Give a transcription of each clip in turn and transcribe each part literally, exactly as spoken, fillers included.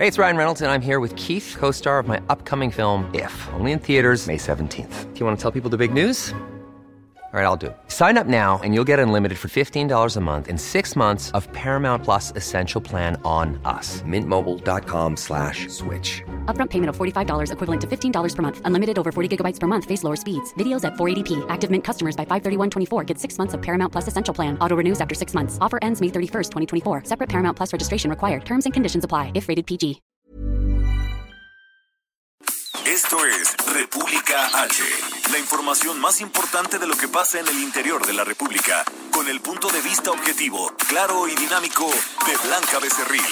Hey, it's Ryan Reynolds, and I'm here with Keith, co-star of my upcoming film, If, only in theaters May seventeenth. Do you want to tell people the big news? All right, I'll do it. Sign up now and you'll get unlimited for fifteen dollars a month and six months of Paramount Plus Essential Plan on us. Mint Mobile dot com slash switch. Upfront payment of forty-five dollars equivalent to fifteen dollars per month. Unlimited over forty gigabytes per month. Face lower speeds. Videos at four eighty p. Active Mint customers by five thirty-one twenty-four get six months of Paramount Plus Essential Plan. Auto renews after six months. Offer ends May thirty-first, twenty twenty-four. Separate Paramount Plus registration required. Terms and conditions apply if rated P G. Esto es República H, la información más importante de lo que pasa en el interior de la República, con el punto de vista objetivo, claro y dinámico de Blanca Becerril.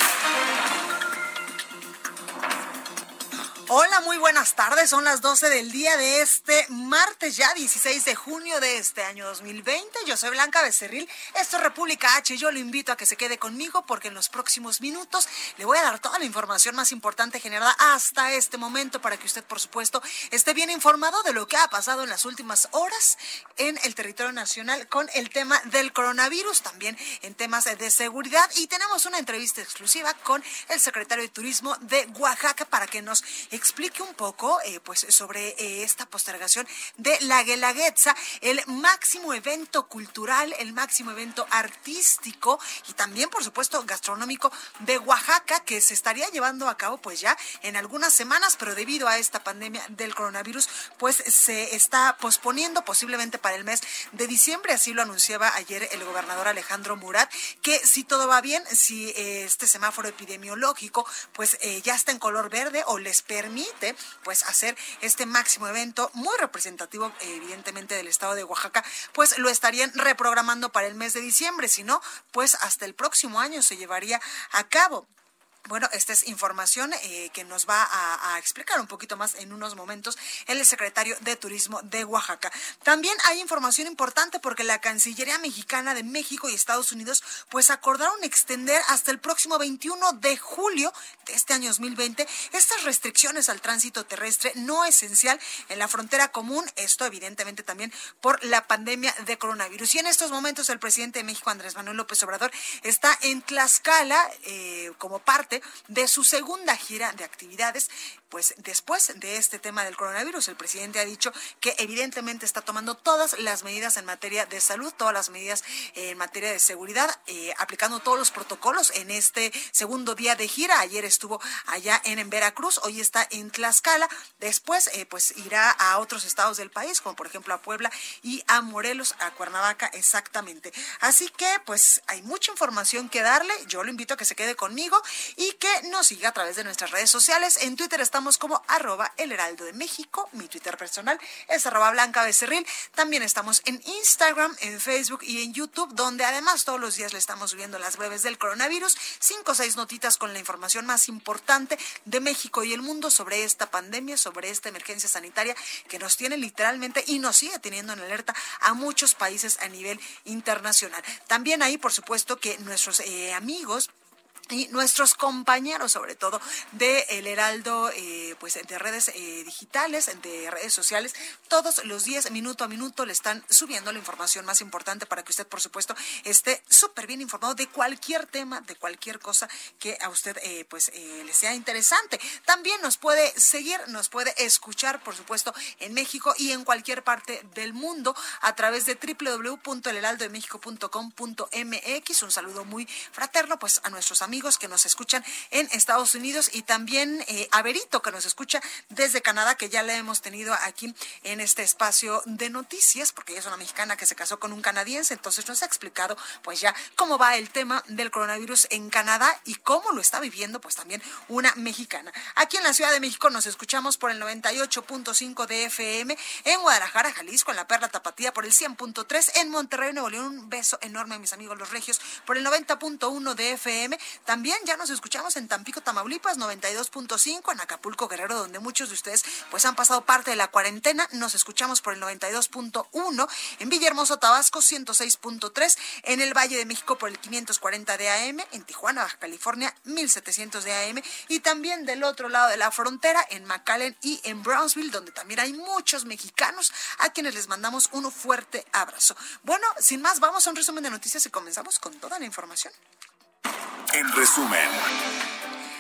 Hola, muy buenas tardes. Son las doce del día de este martes, ya dieciséis de junio de este año dos mil veinte. Yo soy Blanca Becerril. Esto es República H. Yo lo invito a que se quede conmigo porque en los próximos minutos le voy a dar toda la información más importante generada hasta este momento para que usted, por supuesto, esté bien informado de lo que ha pasado en las últimas horas en el territorio nacional con el tema del coronavirus, también en temas de seguridad. Y tenemos una entrevista exclusiva con el secretario de Turismo de Oaxaca para que nos explique un poco eh, pues sobre eh, esta postergación de la Guelaguetza, el máximo evento cultural, el máximo evento artístico y también, por supuesto, gastronómico de Oaxaca, que se estaría llevando a cabo pues ya en algunas semanas, pero debido a esta pandemia del coronavirus, pues se está posponiendo posiblemente para el mes de diciembre. Así lo anunciaba ayer el gobernador Alejandro Murat, que si todo va bien, si eh, este semáforo epidemiológico pues eh, ya está en color verde o les permite permite pues hacer este máximo evento muy representativo evidentemente del estado de Oaxaca, pues lo estarían reprogramando para el mes de diciembre, si no, pues hasta el próximo año se llevaría a cabo. Bueno, esta es información eh, que nos va a, a explicar un poquito más en unos momentos el secretario de Turismo de Oaxaca. También hay información importante porque la Cancillería Mexicana de México y Estados Unidos pues acordaron extender hasta el próximo veintiuno de julio de este año dos mil veinte estas restricciones al tránsito terrestre no esencial en la frontera común, esto evidentemente también por la pandemia de coronavirus. Y en estos momentos el presidente de México, Andrés Manuel López Obrador, está en Tlaxcala eh, como parte de su segunda gira de actividades, pues después de este tema del coronavirus. El presidente ha dicho que evidentemente está tomando todas las medidas en materia de salud, todas las medidas en materia de seguridad, eh, aplicando todos los protocolos en este segundo día de gira. Ayer estuvo allá en, en Veracruz, hoy está en Tlaxcala, después eh, pues irá a otros estados del país, como por ejemplo a Puebla y a Morelos, a Cuernavaca exactamente. Así que pues hay mucha información que darle. Yo lo invito a que se quede conmigo y que nos siga a través de nuestras redes sociales. En Twitter estamos como arroba el heraldo de México. Mi Twitter personal es arroba Blanca Becerril. También estamos en Instagram, en Facebook y en YouTube, donde además todos los días le estamos subiendo las breves del coronavirus, cinco o seis notitas con la información más importante de México y el mundo sobre esta pandemia, sobre esta emergencia sanitaria que nos tiene literalmente y nos sigue teniendo en alerta a muchos países a nivel internacional. También ahí, por supuesto, que nuestros eh, amigos y nuestros compañeros, sobre todo de El Heraldo, eh, pues de redes eh, digitales, de redes sociales, todos los días, minuto a minuto, le están subiendo la información más importante para que usted, por supuesto, esté súper bien informado de cualquier tema, de cualquier cosa que a usted eh, pues eh, le sea interesante. También nos puede seguir, nos puede escuchar, por supuesto, en México y en cualquier parte del mundo a través de doble u doble u doble u punto el heraldo de méxico punto com punto m x. Un saludo muy fraterno pues a nuestros amigos que nos escuchan en Estados Unidos y también eh, a Berito, que nos escucha desde Canadá, que ya la hemos tenido aquí en este espacio de noticias, porque ella es una mexicana que se casó con un canadiense, entonces nos ha explicado pues ya cómo va el tema del coronavirus en Canadá y cómo lo está viviendo pues también una mexicana. Aquí en la Ciudad de México nos escuchamos por el noventa y ocho punto cinco de F M, en Guadalajara, Jalisco, en la Perla Tapatía por el cien punto tres, en Monterrey, Nuevo León, un beso enorme a mis amigos los regios por el noventa punto uno de F M. También ya nos escuchamos en Tampico, Tamaulipas, noventa y dos punto cinco, en Acapulco, Guerrero, donde muchos de ustedes pues han pasado parte de la cuarentena. Nos escuchamos por el noventa y dos punto uno, en Villahermosa, Tabasco, ciento seis punto tres, en el Valle de México por el quinientos cuarenta de A M, en Tijuana, Baja California, mil setecientos de A M, y también del otro lado de la frontera, en McAllen y en Brownsville, donde también hay muchos mexicanos a quienes les mandamos un fuerte abrazo. Bueno, sin más, vamos a un resumen de noticias y comenzamos con toda la información. En resumen,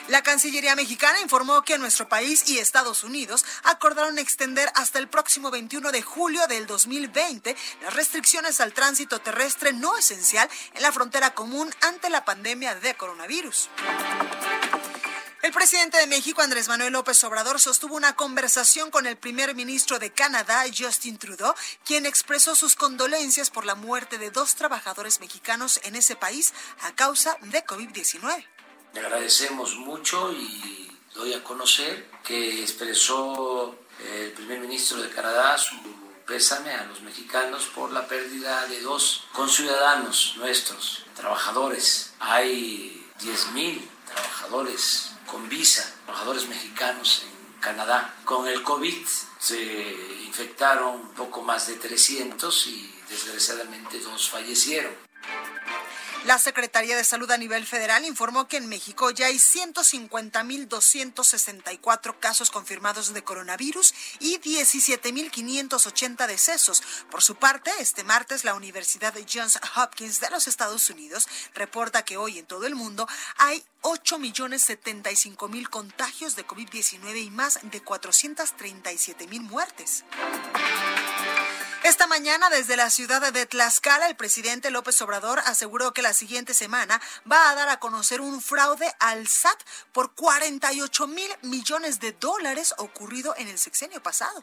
La Cancillería mexicana informó que nuestro país y Estados Unidos acordaron extender hasta el próximo veintiuno de julio del dos mil veinte las restricciones al tránsito terrestre no esencial en la frontera común ante la pandemia de coronavirus. El presidente de México, Andrés Manuel López Obrador, sostuvo una conversación con el primer ministro de Canadá, Justin Trudeau, quien expresó sus condolencias por la muerte de dos trabajadores mexicanos en ese país a causa de COVID diecinueve. Le agradecemos mucho y doy a conocer que expresó el primer ministro de Canadá su pésame a los mexicanos por la pérdida de dos conciudadanos nuestros, trabajadores. Hay diez mil trabajadores con visa, trabajadores mexicanos en Canadá. Con el COVID se infectaron un poco más de trescientos y desgraciadamente dos fallecieron. La Secretaría de Salud a nivel federal informó que en México ya hay ciento cincuenta mil doscientos sesenta y cuatro casos confirmados de coronavirus y diecisiete mil quinientos ochenta decesos. Por su parte, este martes la Universidad de Johns Hopkins de los Estados Unidos reporta que hoy en todo el mundo hay ocho millones setenta y cinco mil contagios de COVID diecinueve y más de cuatrocientas treinta y siete mil muertes. Esta mañana, desde la ciudad de Tlaxcala, el presidente López Obrador aseguró que la siguiente semana va a dar a conocer un fraude al S A T por cuarenta y ocho mil millones de dólares ocurrido en el sexenio pasado.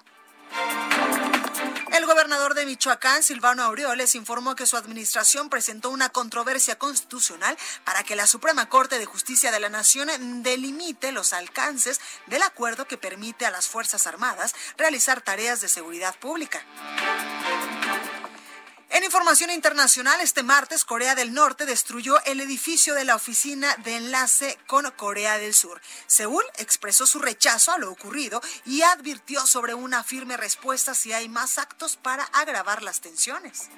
El gobernador de Michoacán, Silvano Aureoles, informó que su administración presentó una controversia constitucional para que la Suprema Corte de Justicia de la Nación delimite los alcances del acuerdo que permite a las Fuerzas Armadas realizar tareas de seguridad pública. En información internacional, este martes Corea del Norte destruyó el edificio de la oficina de enlace con Corea del Sur. Seúl expresó su rechazo a lo ocurrido y advirtió sobre una firme respuesta si hay más actos para agravar las tensiones.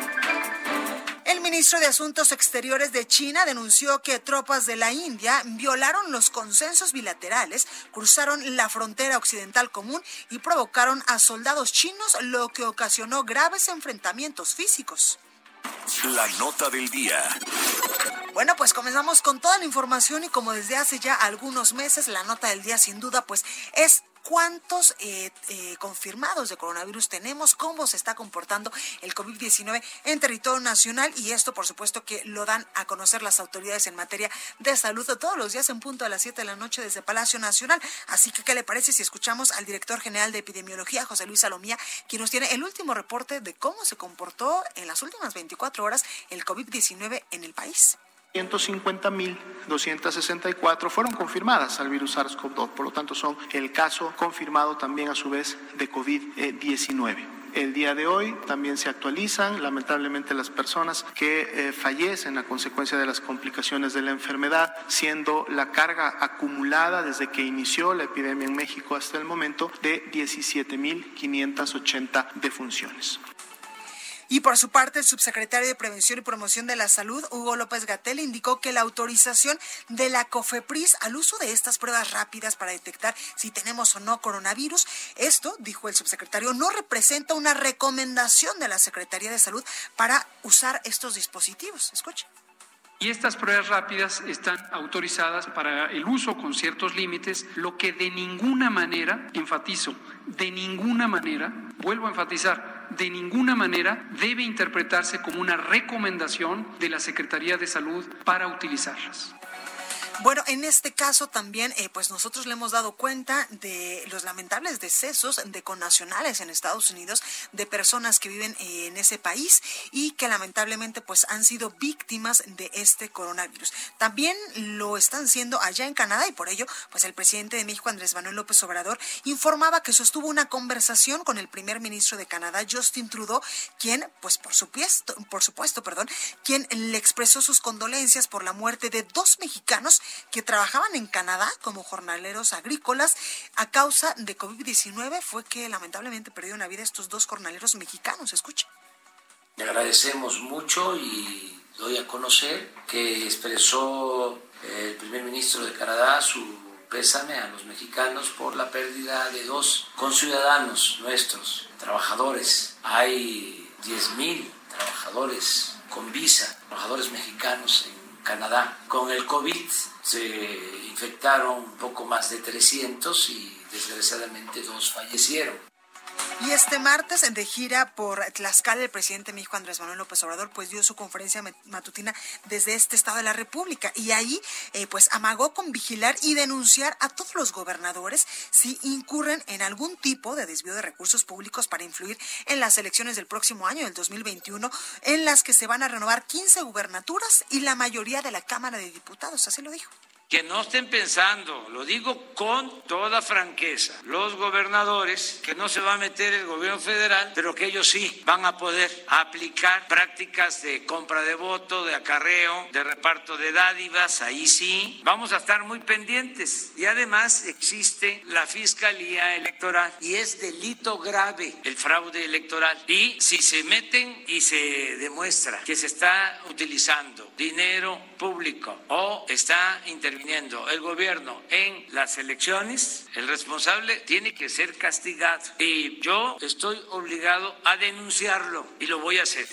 El ministro de Asuntos Exteriores de China denunció que tropas de la India violaron los consensos bilaterales, cruzaron la frontera occidental común y provocaron a soldados chinos, lo que ocasionó graves enfrentamientos físicos. La nota del día. Bueno, pues comenzamos con toda la información y como desde hace ya algunos meses, la nota del día sin duda pues es cuántos eh, eh, confirmados de coronavirus tenemos, cómo se está comportando el COVID diecinueve en territorio nacional y esto por supuesto que lo dan a conocer las autoridades en materia de salud todos los días en punto a las siete de la noche desde Palacio Nacional. Así que, ¿qué le parece si escuchamos al director general de epidemiología, José Luis Salomía, quien nos tiene el último reporte de cómo se comportó en las últimas veinticuatro horas el COVID diecinueve en el país? ciento cincuenta mil doscientos sesenta y cuatro fueron confirmadas al virus SARS-CoV dos, por lo tanto son el caso confirmado también a su vez de COVID diecinueve. El día de hoy también se actualizan lamentablemente las personas que eh, fallecen a consecuencia de las complicaciones de la enfermedad, siendo la carga acumulada desde que inició la epidemia en México hasta el momento de diecisiete mil quinientas ochenta defunciones. Y por su parte, el subsecretario de Prevención y Promoción de la Salud, Hugo López-Gatell, indicó que la autorización de la COFEPRIS al uso de estas pruebas rápidas para detectar si tenemos o no coronavirus, esto, dijo el subsecretario, no representa una recomendación de la Secretaría de Salud para usar estos dispositivos. Escuche. Y estas pruebas rápidas están autorizadas para el uso con ciertos límites, lo que de ninguna manera, enfatizo, de ninguna manera, vuelvo a enfatizar, de ninguna manera debe interpretarse como una recomendación de la Secretaría de Salud para utilizarlas. Bueno, en este caso también, eh, pues nosotros le hemos dado cuenta de los lamentables decesos de connacionales en Estados Unidos, de personas que viven eh, en ese país y que lamentablemente pues han sido víctimas de este coronavirus. También lo están siendo allá en Canadá y por ello, pues el presidente de México, Andrés Manuel López Obrador, informaba que sostuvo una conversación con el primer ministro de Canadá, Justin Trudeau, quien, pues por supuesto, por supuesto, perdón, quien le expresó sus condolencias por la muerte de dos mexicanos que trabajaban en Canadá como jornaleros agrícolas. A causa de COVID diecinueve fue que lamentablemente perdieron la vida estos dos jornaleros mexicanos. Escucha. Le agradecemos mucho y doy a conocer que expresó el primer ministro de Canadá su pésame a los mexicanos por la pérdida de dos conciudadanos nuestros, trabajadores. Hay diez mil trabajadores con visa, trabajadores mexicanos en Canadá. Con el COVID se infectaron un poco más de trescientos y desgraciadamente dos fallecieron. Y este martes, de gira por Tlaxcala, el presidente de México, Andrés Manuel López Obrador, pues dio su conferencia matutina desde este estado de la República. Y ahí, eh, pues amagó con vigilar y denunciar a todos los gobernadores si incurren en algún tipo de desvío de recursos públicos para influir en las elecciones del próximo año, el dos mil veintiuno, en las que se van a renovar quince gubernaturas y la mayoría de la Cámara de Diputados. Así lo dijo. Que no estén pensando, lo digo con toda franqueza, los gobernadores, que no se va a meter el gobierno federal, pero que ellos sí van a poder aplicar prácticas de compra de voto, de acarreo, de reparto de dádivas, ahí sí, vamos a estar muy pendientes. Y además existe la Fiscalía Electoral y es delito grave el fraude electoral. Y si se meten y se demuestra que se está utilizando dinero público o está interviniendo el gobierno en las elecciones, el responsable tiene que ser castigado. Y yo estoy obligado a denunciarlo y lo voy a hacer.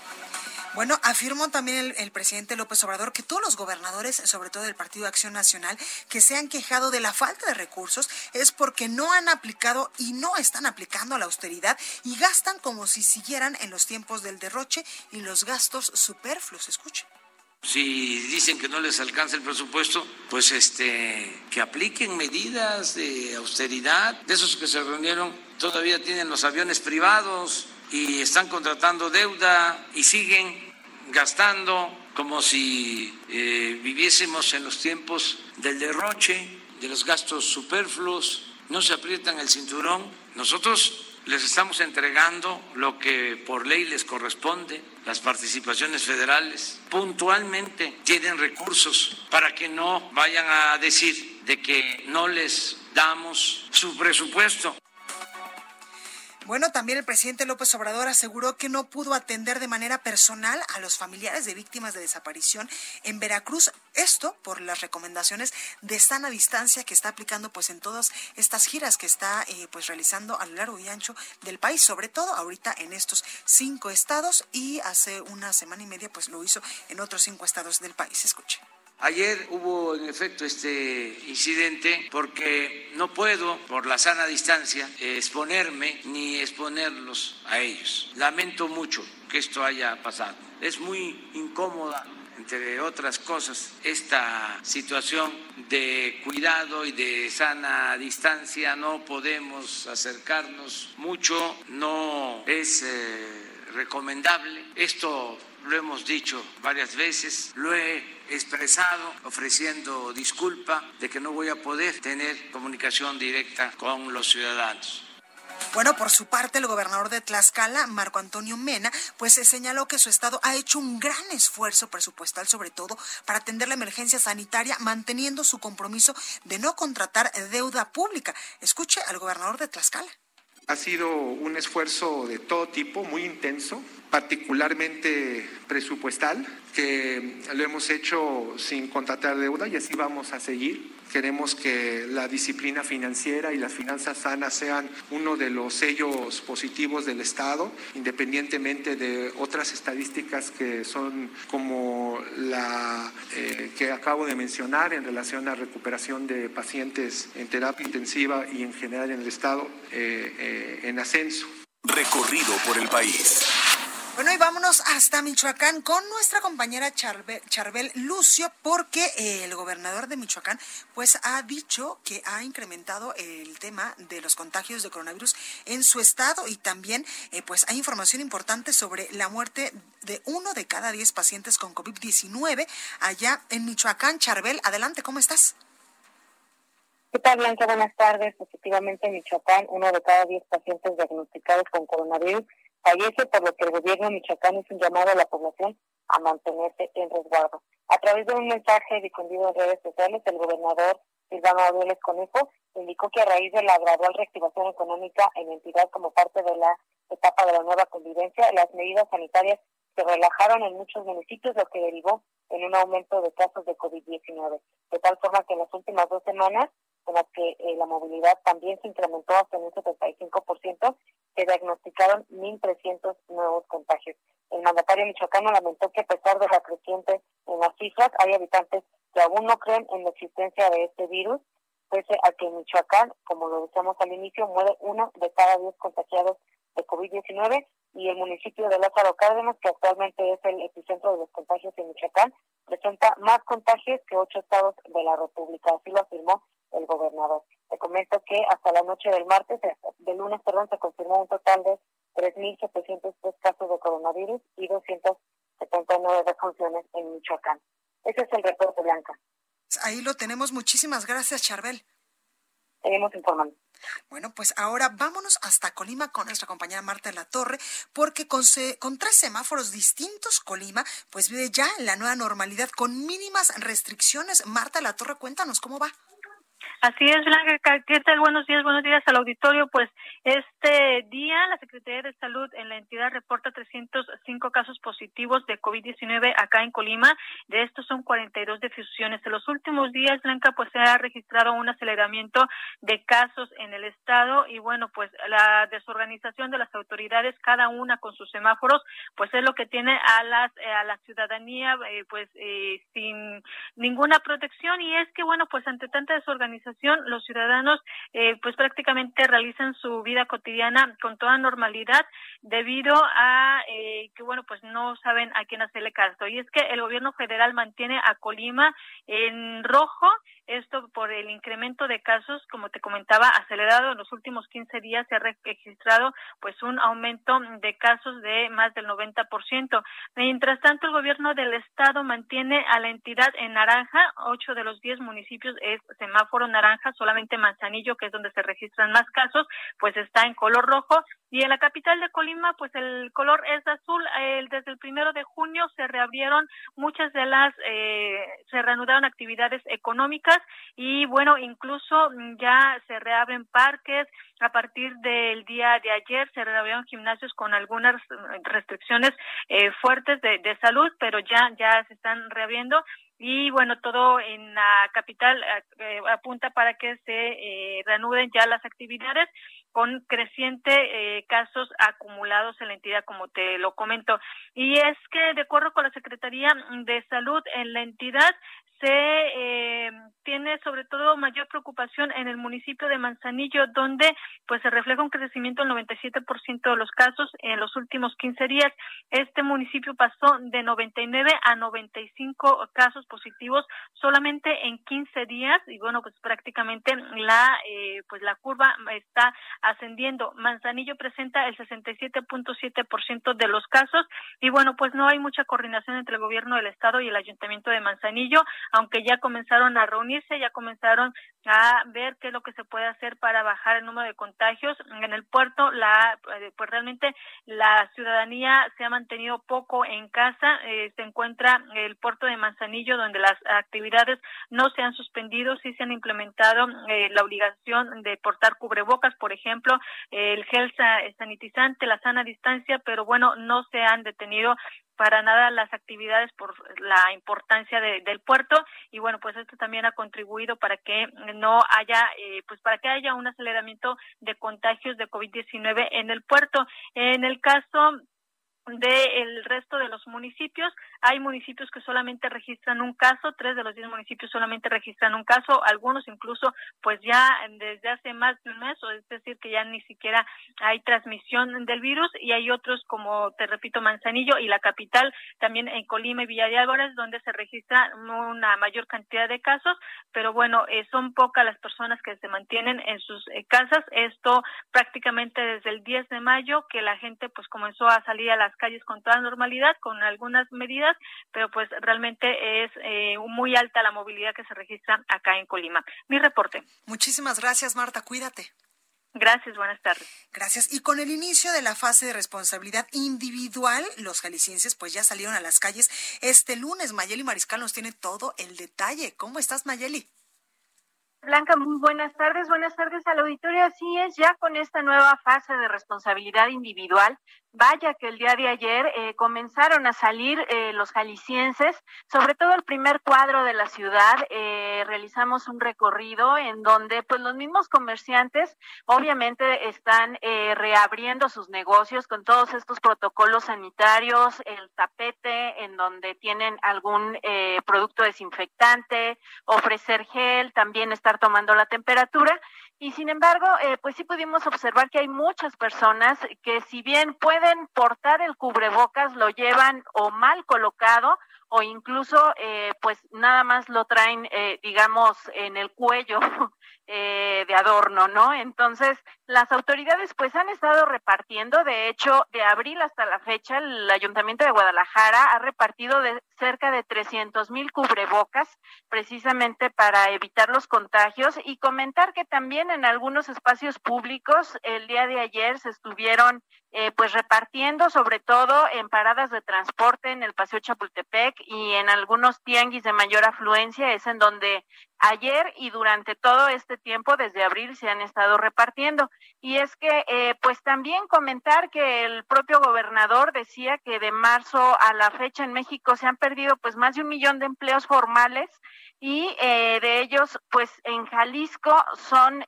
Bueno, afirmó también el, el presidente López Obrador que todos los gobernadores, sobre todo del Partido Acción Nacional, que se han quejado de la falta de recursos es porque no han aplicado y no están aplicando la austeridad y gastan como si siguieran en los tiempos del derroche y los gastos superfluos. Escuche. Si dicen que no les alcanza el presupuesto, pues este que apliquen medidas de austeridad. De esos que se reunieron todavía tienen los aviones privados y están contratando deuda y siguen gastando como si eh, viviésemos en los tiempos del derroche, de los gastos superfluos. No se aprietan el cinturón. Nosotros les estamos entregando lo que por ley les corresponde, las participaciones federales. Puntualmente tienen recursos para que no vayan a decir de que no les damos su presupuesto. Bueno, también el presidente López Obrador aseguró que no pudo atender de manera personal a los familiares de víctimas de desaparición en Veracruz. Esto por las recomendaciones de sana distancia que está aplicando pues en todas estas giras que está eh, pues realizando a lo largo y ancho del país, sobre todo ahorita en estos cinco estados y hace una semana y media pues lo hizo en otros cinco estados del país. Escuche. Ayer hubo en efecto este incidente porque no puedo, por la sana distancia, exponerme ni exponerlos a ellos. Lamento mucho que esto haya pasado. Es muy incómoda, entre otras cosas, esta situación de cuidado y de sana distancia. No podemos acercarnos mucho, no es eh, recomendable. Esto lo hemos dicho varias veces, lo he expresado ofreciendo disculpa de que no voy a poder tener comunicación directa con los ciudadanos. Bueno, por su parte, el gobernador de Tlaxcala, Marco Antonio Mena, pues se señaló que su estado ha hecho un gran esfuerzo presupuestal, sobre todo para atender la emergencia sanitaria, manteniendo su compromiso de no contratar deuda pública. Escuche al gobernador de Tlaxcala. Ha sido un esfuerzo de todo tipo, muy intenso, particularmente presupuestal, que lo hemos hecho sin contratar deuda y así vamos a seguir. Queremos que la disciplina financiera y las finanzas sanas sean uno de los sellos positivos del Estado, independientemente de otras estadísticas que son como la eh, que acabo de mencionar en relación a recuperación de pacientes en terapia intensiva y en general en el Estado eh, eh, en ascenso. Recorrido por el país. Bueno, y vámonos hasta Michoacán con nuestra compañera Charbel, Charbel Lucio, porque eh, el gobernador de Michoacán pues ha dicho que ha incrementado el tema de los contagios de coronavirus en su estado y también eh, pues hay información importante sobre la muerte de uno de cada diez pacientes con COVID diecinueve allá en Michoacán. Charbel, adelante, ¿cómo estás? ¿Qué tal, Blanca? Buenas tardes. Efectivamente, en Michoacán, uno de cada diez pacientes diagnosticados con coronavirus fallece, por lo que el gobierno de Michoacán hizo un llamado a la población a mantenerse en resguardo. A través de un mensaje difundido en redes sociales, el gobernador Silvano Aureoles Conejo indicó que a raíz de la gradual reactivación económica en la entidad como parte de la etapa de la nueva convivencia, las medidas sanitarias se relajaron en muchos municipios, lo que derivó en un aumento de casos de COVID diecinueve. De tal forma que en las últimas dos semanas, en las que eh, la movilidad también se incrementó hasta en un setenta y cinco por ciento, se diagnosticaron mil trescientos nuevos contagios. El mandatario michoacano lamentó que a pesar de la creciente en las cifras, hay habitantes que aún no creen en la existencia de este virus, pese a que en Michoacán, como lo decíamos al inicio, muere uno de cada diez contagiados de COVID diecinueve, y el municipio de Lázaro Cárdenas, que actualmente es el epicentro de los contagios en Michoacán, presenta más contagios que ocho estados de la República, así lo afirmó el gobernador. Te comento que hasta la noche del martes, del lunes, perdón, se confirmó un total de tres mil setecientos tres casos de coronavirus y doscientas setenta y nueve defunciones en Michoacán. Ese es el reporte, Blanca. Ahí lo tenemos. Muchísimas gracias, Charbel. Seguimos informando. Bueno, pues ahora vámonos hasta Colima con nuestra compañera Marta de la Torre, porque con, se, con tres semáforos distintos, Colima pues vive ya en la nueva normalidad con mínimas restricciones. Marta de la Torre, cuéntanos cómo va. Así es, Blanca. ¿Qué tal? Buenos días, buenos días al auditorio. Pues este día la Secretaría de Salud en la entidad reporta trescientos cinco casos positivos de COVID diecinueve acá en Colima. De estos son cuarenta y dos defunciones. En los últimos días, Blanca, pues se ha registrado un aceleramiento de casos en el estado y bueno, pues la desorganización de las autoridades, cada una con sus semáforos, pues es lo que tiene a las a la ciudadanía eh, pues eh, sin ninguna protección. Y es que bueno, pues ante tanta desorganización, los ciudadanos eh, pues prácticamente realizan su vida cotidiana con toda normalidad debido a eh, que bueno, pues no saben a quién hacerle caso. Y es que el gobierno federal mantiene a Colima en rojo, esto por el incremento de casos, como te comentaba, acelerado. En los últimos quince días se ha registrado pues un aumento de casos de más del noventa por ciento. Mientras tanto, el gobierno del estado mantiene a la entidad en naranja. Ocho de los diez municipios es semáforo naranja, solamente Manzanillo, que es donde se registran más casos, pues está en color rojo. Y en la capital de Colima, pues el color es azul. El, desde el primero de junio se reabrieron muchas de las, eh, se reanudaron actividades económicas y bueno, incluso ya se reabren parques. A partir del día de ayer se reabrieron gimnasios con algunas restricciones eh, fuertes de, de salud, pero ya, ya se están reabriendo. Y bueno, todo en la capital eh, apunta para que se eh, reanuden ya las actividades con creciente eh, casos acumulados en la entidad, como te lo comento. Y es que de acuerdo con la Secretaría de Salud en la entidad, se eh, tiene sobre todo mayor preocupación en el municipio de Manzanillo, donde pues se refleja un crecimiento del noventa y siete por ciento de los casos en los últimos quince días. Este municipio pasó de noventa y nueve a noventa y cinco casos positivos solamente en quince días y bueno, pues prácticamente la eh, pues la curva está ascendiendo. Manzanillo presenta el sesenta y siete punto siete por ciento de los casos y bueno, pues no hay mucha coordinación entre el gobierno del estado y el ayuntamiento de Manzanillo, aunque ya comenzaron a reunirse, ya comenzaron a ver qué es lo que se puede hacer para bajar el número de contagios. En el puerto, la pues realmente la ciudadanía se ha mantenido poco en casa. Eh, se encuentra el puerto de Manzanillo, donde las actividades no se han suspendido, sí se han implementado eh, la obligación de portar cubrebocas, por ejemplo, eh, el gel sanitizante, la sana distancia, pero bueno, no se han detenido para nada las actividades por la importancia de, del puerto y bueno, pues esto también ha contribuido para que no haya, eh, pues para que haya un aceleramiento de contagios de COVID diecinueve en el puerto. En el caso del resto de los municipios, hay municipios que solamente registran un caso, tres de los diez municipios solamente registran un caso, algunos incluso pues ya desde hace más de un mes, o es decir que ya ni siquiera hay transmisión del virus, y hay otros como te repito Manzanillo y la capital, también en Colima y Villa de Álvarez, donde se registra una mayor cantidad de casos, pero bueno, eh, son pocas las personas que se mantienen en sus eh, casas. Esto prácticamente desde el diez de mayo que la gente pues comenzó a salir a las calles con toda normalidad, con algunas medidas, pero pues realmente es eh, muy alta la movilidad que se registra acá en Colima. Mi reporte. Muchísimas gracias, Marta, cuídate. Gracias, buenas tardes. Gracias. Y con el inicio de la fase de responsabilidad individual, los jaliscienses pues ya salieron a las calles este lunes. Mayeli Mariscal nos tiene todo el detalle. ¿Cómo estás, Mayeli? Blanca, muy buenas tardes, buenas tardes al auditorio. Así es, ya con esta nueva fase de responsabilidad individual, vaya que el día de ayer eh, comenzaron a salir eh, los jaliscienses, sobre todo el primer cuadro de la ciudad. Eh, realizamos un recorrido en donde pues los mismos comerciantes obviamente están eh, reabriendo sus negocios con todos estos protocolos sanitarios, el tapete en donde tienen algún eh, producto desinfectante, ofrecer gel, también estar tomando la temperatura. Y sin embargo, eh, pues sí pudimos observar que hay muchas personas que si bien pueden portar el cubrebocas, lo llevan o mal colocado o incluso eh, pues nada más lo traen, eh, digamos, en el cuello eh, de adorno, ¿no? Entonces, las autoridades pues han estado repartiendo, de hecho, de abril hasta la fecha, el Ayuntamiento de Guadalajara ha repartido de cerca de trescientos mil cubrebocas, precisamente para evitar los contagios, y comentar que también en algunos espacios públicos el día de ayer se estuvieron eh, pues repartiendo, sobre todo en paradas de transporte en el Paseo Chapultepec y en algunos tianguis de mayor afluencia, es en donde ayer y durante todo este tiempo, desde abril, se han estado repartiendo. Y es que, eh, pues también comentar que el propio gobernador decía que de marzo a la fecha en México se han perdido pues más de un millón de empleos formales, y eh, de ellos, pues en Jalisco son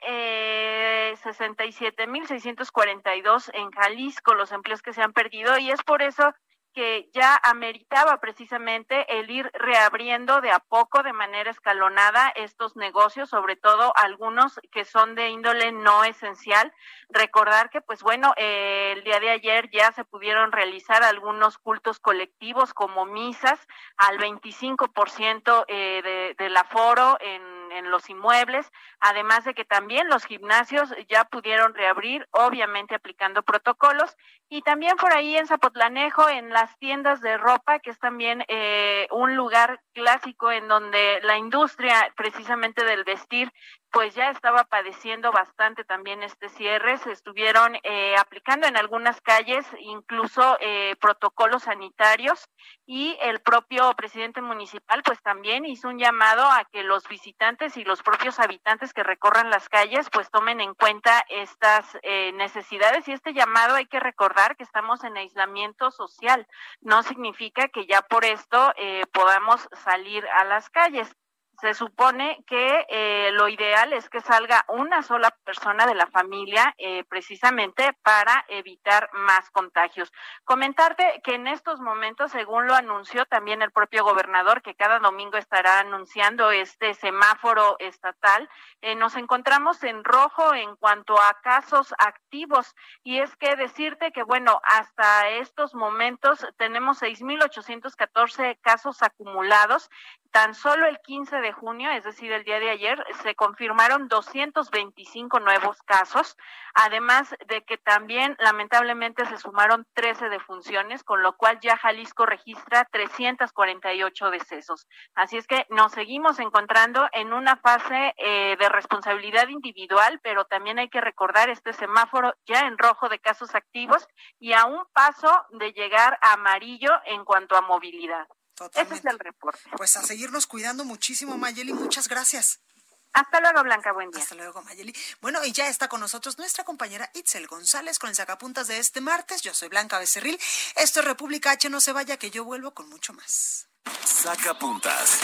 eh, sesenta y siete mil seiscientos cuarenta y dos en Jalisco los empleos que se han perdido, y es por eso que ya ameritaba precisamente el ir reabriendo de a poco, de manera escalonada, estos negocios, sobre todo algunos que son de índole no esencial. Recordar que, pues bueno, eh, el día de ayer ya se pudieron realizar algunos cultos colectivos como misas al veinticinco por ciento eh, de, del aforo en, en los inmuebles, además de que también los gimnasios ya pudieron reabrir, obviamente aplicando protocolos, y también por ahí en Zapotlanejo, en las tiendas de ropa, que es también eh, un lugar clásico en donde la industria precisamente del vestir pues ya estaba padeciendo bastante también este cierre. Se estuvieron eh, aplicando en algunas calles incluso eh, protocolos sanitarios, y el propio presidente municipal pues también hizo un llamado a que los visitantes y los propios habitantes que recorran las calles pues tomen en cuenta estas eh, necesidades, y este llamado hay que recordar que estamos en aislamiento social, no significa que ya por esto eh, podamos salir a las calles. Se supone que eh, lo ideal es que salga una sola persona de la familia eh, precisamente para evitar más contagios. Comentarte que en estos momentos, según lo anunció también el propio gobernador, que cada domingo estará anunciando este semáforo estatal, eh, nos encontramos en rojo en cuanto a casos activos, y es que decirte que bueno, hasta estos momentos tenemos seis mil ochocientos catorce casos acumulados. Tan solo el quince de junio, es decir, el día de ayer, se confirmaron doscientos veinticinco nuevos casos, además de que también lamentablemente se sumaron trece defunciones, con lo cual ya Jalisco registra trescientos cuarenta y ocho decesos. Así es que nos seguimos encontrando en una fase eh, de responsabilidad individual, pero también hay que recordar este semáforo ya en rojo de casos activos y a un paso de llegar a amarillo en cuanto a movilidad. Totalmente. Ese es el reporte. Pues a seguirnos cuidando muchísimo, Mayeli, muchas gracias. Hasta luego, Blanca, buen día. Hasta luego, Mayeli. Bueno, y ya está con nosotros nuestra compañera Itzel González con el sacapuntas de este martes. Yo soy Blanca Becerril. Esto es República H, no se vaya que yo vuelvo con mucho más. Sacapuntas.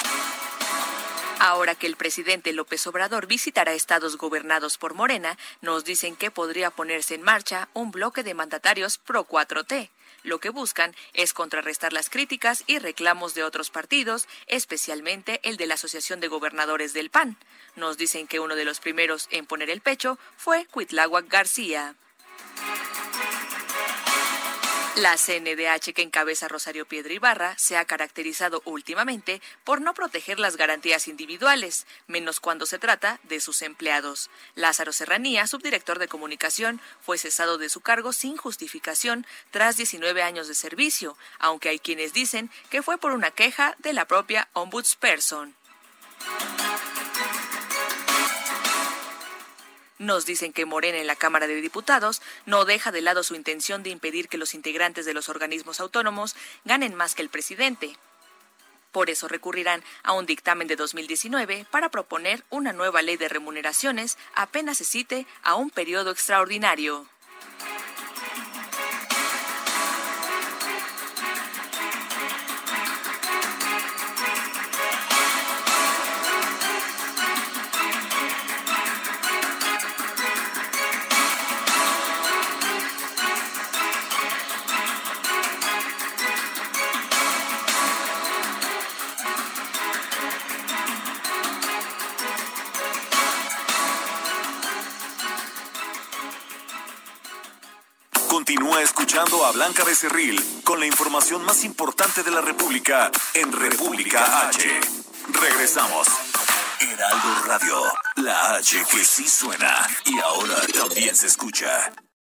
Ahora que el presidente López Obrador visitará estados gobernados por Morena, nos dicen que podría ponerse en marcha un bloque de mandatarios pro cuatro T. Lo que buscan es contrarrestar las críticas y reclamos de otros partidos, especialmente el de la Asociación de Gobernadores del P A N. Nos dicen que uno de los primeros en poner el pecho fue Cuitláhuac García. La C N D H que encabeza Rosario Piedra Ibarra se ha caracterizado últimamente por no proteger las garantías individuales, menos cuando se trata de sus empleados. Lázaro Serranía, subdirector de comunicación, fue cesado de su cargo sin justificación tras diecinueve años de servicio, aunque hay quienes dicen que fue por una queja de la propia ombudsperson. Nos dicen que Morena en la Cámara de Diputados no deja de lado su intención de impedir que los integrantes de los organismos autónomos ganen más que el presidente. Por eso recurrirán a un dictamen de dos mil diecinueve para proponer una nueva ley de remuneraciones apenas se cite a un periodo extraordinario. Continúa escuchando a Blanca Becerril con la información más importante de la República en República H. Regresamos. Heraldo Radio, la H que sí suena y ahora también se escucha.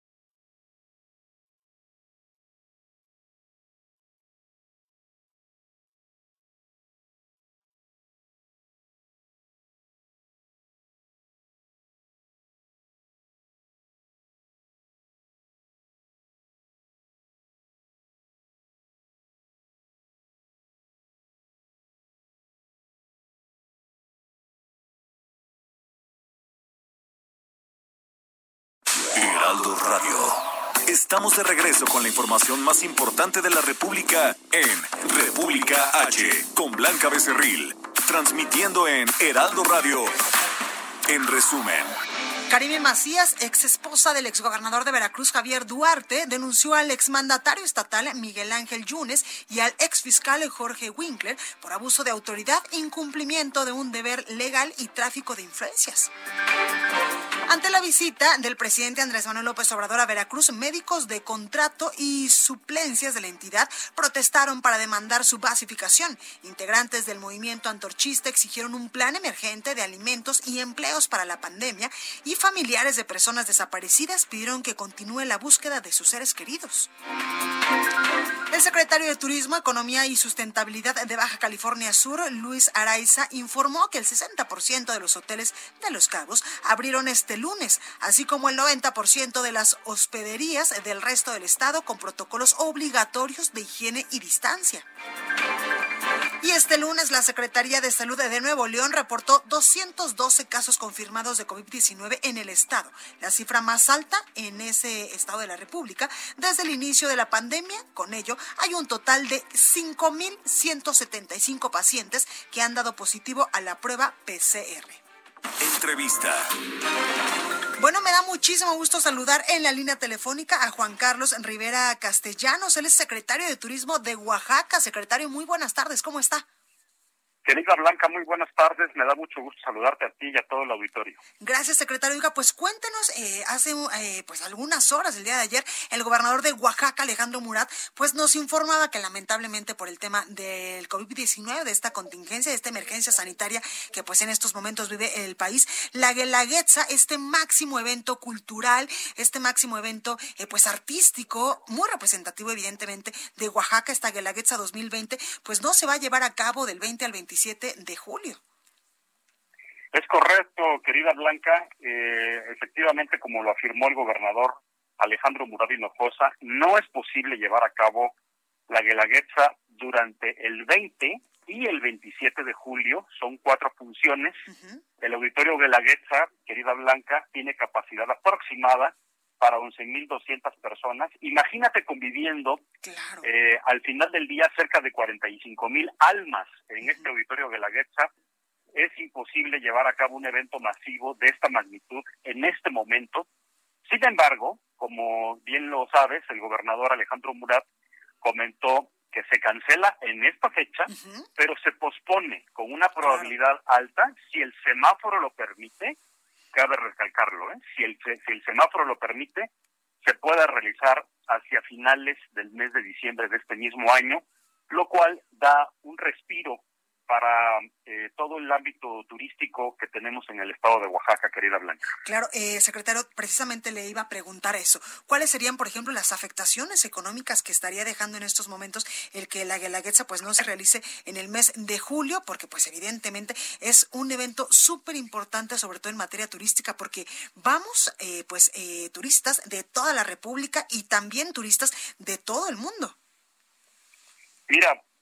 Heraldo Radio. Estamos de regreso con la información más importante de la República en República H, con Blanca Becerril, transmitiendo en Heraldo Radio. En resumen, Karime Macías, ex esposa del exgobernador de Veracruz, Javier Duarte, denunció al exmandatario estatal Miguel Ángel Yunes y al exfiscal Jorge Winkler por abuso de autoridad, incumplimiento de un deber legal y tráfico de influencias. Ante la visita del presidente Andrés Manuel López Obrador a Veracruz, médicos de contrato y suplencias de la entidad protestaron para demandar su basificación. Integrantes del movimiento antorchista exigieron un plan emergente de alimentos y empleos para la pandemia, y familiares de personas desaparecidas pidieron que continúe la búsqueda de sus seres queridos. El secretario de Turismo, Economía y Sustentabilidad de Baja California Sur, Luis Araiza, informó que el sesenta por ciento de los hoteles de Los Cabos abrieron este lunes, así como el noventa por ciento de las hospederías del resto del estado con protocolos obligatorios de higiene y distancia. Y este lunes la Secretaría de Salud de Nuevo León reportó doscientos doce casos confirmados de COVID diecinueve en el estado, la cifra más alta en ese estado de la República desde el inicio de la pandemia. Con ello, hay un total de cinco mil ciento setenta y cinco pacientes que han dado positivo a la prueba P C R. Entrevista. Bueno, me da muchísimo gusto saludar en la línea telefónica a Juan Carlos Rivera Castellanos. Él es secretario de Turismo de Oaxaca. Secretario, muy buenas tardes, ¿cómo está? Querida Blanca, muy buenas tardes. Me da mucho gusto saludarte a ti y a todo el auditorio. Gracias, secretario. Oiga, pues cuéntenos, eh, hace eh, pues algunas horas, el día de ayer, el gobernador de Oaxaca, Alejandro Murat, pues nos informaba que lamentablemente por el tema del COVID diecinueve, de esta contingencia, de esta emergencia sanitaria que pues en estos momentos vive el país, la Guelaguetza, este máximo evento cultural, este máximo evento eh, pues artístico, muy representativo evidentemente de Oaxaca, esta Guelaguetza dos mil veinte, pues no se va a llevar a cabo del veinte al veintisiete de julio. Es correcto, querida Blanca. Eh, efectivamente, como lo afirmó el gobernador Alejandro Murat Hinojosa, no es posible llevar a cabo la Guelaguetza durante el veinte y el veintisiete de julio. Son cuatro funciones. Uh-huh. El auditorio Guelaguetza, querida Blanca, tiene capacidad aproximada para once mil doscientas personas. Imagínate conviviendo claro. eh, al final del día cerca de cuarenta y cinco mil almas en uh-huh. este auditorio Guelaguetza. Es imposible llevar a cabo un evento masivo de esta magnitud en este momento. Sin embargo, como bien lo sabes, el gobernador Alejandro Murat comentó que se cancela en esta fecha, uh-huh. pero se pospone con una probabilidad claro. alta, si el semáforo lo permite. Cabe recalcarlo, ¿eh? si, el, si el semáforo lo permite, se pueda realizar hacia finales del mes de diciembre de este mismo año, lo cual da un respiro para eh, todo el ámbito turístico que tenemos en el estado de Oaxaca, querida Blanca. Claro, eh, secretario, precisamente le iba a preguntar eso. ¿Cuáles serían, por ejemplo, las afectaciones económicas que estaría dejando en estos momentos el que la Guelaguetza pues no se realice en el mes de julio? Porque pues evidentemente es un evento súper importante, sobre todo en materia turística, porque vamos eh, pues eh, turistas de toda la República y también turistas de todo el mundo. Mira,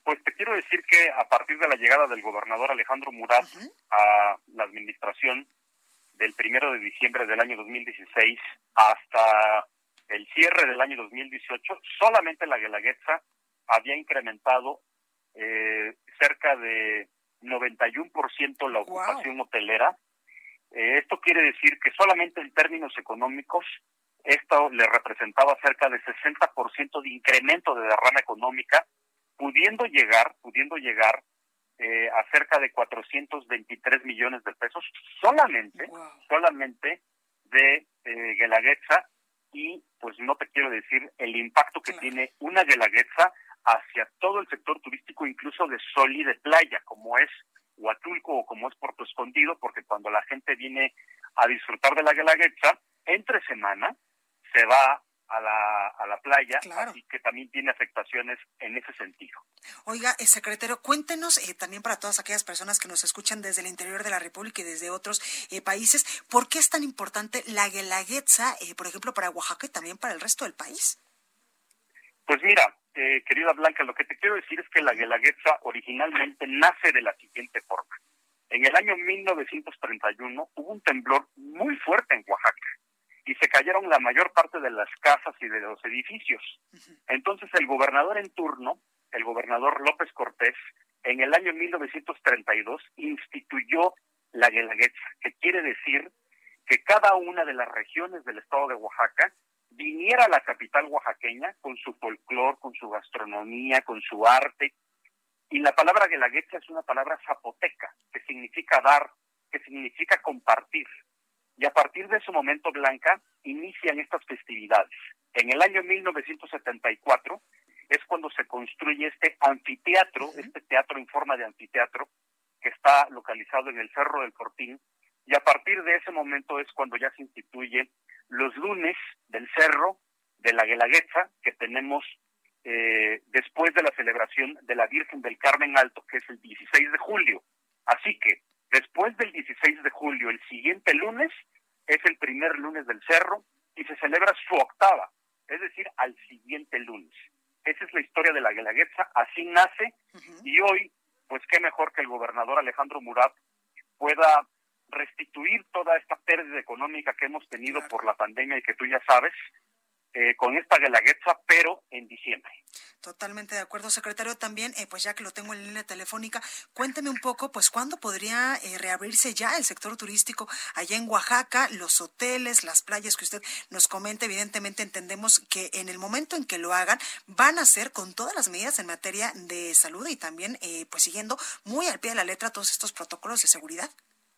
Pues te quiero decir que a partir de la llegada del gobernador Alejandro Murat uh-huh. a la administración del primero de diciembre del año dos mil dieciséis hasta el cierre del año dos mil dieciocho, solamente la Guelaguetza había incrementado eh, cerca de noventa y uno por ciento la ocupación wow. hotelera. Eh, esto quiere decir que solamente en términos económicos esto le representaba cerca de sesenta por ciento de incremento de derrama económica, pudiendo llegar, pudiendo llegar eh, a cerca de cuatrocientos veintitrés millones de pesos solamente, wow. solamente de eh, Guelaguetza, y pues no te quiero decir el impacto que claro. tiene una Guelaguetza hacia todo el sector turístico, incluso de sol y de playa, como es Huatulco o como es Puerto Escondido, porque cuando la gente viene a disfrutar de la Guelaguetza, entre semana se va a la a la playa, claro. así que también tiene afectaciones en ese sentido. Oiga, eh, secretario, cuéntenos eh, también para todas aquellas personas que nos escuchan desde el interior de la República y desde otros eh, países, ¿por qué es tan importante la Guelaguetza, eh, por ejemplo, para Oaxaca y también para el resto del país? Pues mira, eh, querida Blanca, lo que te quiero decir es que la Guelaguetza originalmente nace de la siguiente forma. En el año mil novecientos treinta y uno hubo un temblor muy fuerte en Oaxaca y se cayeron la mayor parte de las casas y de los edificios. Uh-huh. Entonces el gobernador en turno, el gobernador López Cortés, en el año mil novecientos treinta y dos instituyó la Guelaguetza, que quiere decir que cada una de las regiones del estado de Oaxaca viniera a la capital oaxaqueña con su folclor, con su gastronomía, con su arte. Y la palabra Guelaguetza es una palabra zapoteca, que significa dar, que significa compartir. Y a partir de ese momento, Blanca, inician estas festividades. En el año mil novecientos setenta y cuatro es cuando se construye este anfiteatro, uh-huh. este teatro en forma de anfiteatro, que está localizado en el Cerro del Fortín, y a partir de ese momento es cuando ya se instituye los lunes del Cerro de la Guelaguetza, que tenemos eh, después de la celebración de la Virgen del Carmen Alto, que es el dieciséis de julio. Así que después del dieciséis de julio, el siguiente lunes, es el primer lunes del Cerro y se celebra su octava, es decir, al siguiente lunes. Esa es la historia de la Guelaguetza, así nace, uh-huh. y hoy, pues qué mejor que el gobernador Alejandro Murat pueda restituir toda esta pérdida económica que hemos tenido claro. por la pandemia y que tú ya sabes, Eh, con esta Guelaguetza, pero en diciembre. Totalmente de acuerdo, secretario. También, eh, pues ya que lo tengo en línea telefónica, cuénteme un poco, pues, ¿cuándo podría eh, reabrirse ya el sector turístico allá en Oaxaca, los hoteles, las playas que usted nos comenta? Evidentemente entendemos que en el momento en que lo hagan, van a ser con todas las medidas en materia de salud y también, eh, pues, siguiendo muy al pie de la letra todos estos protocolos de seguridad.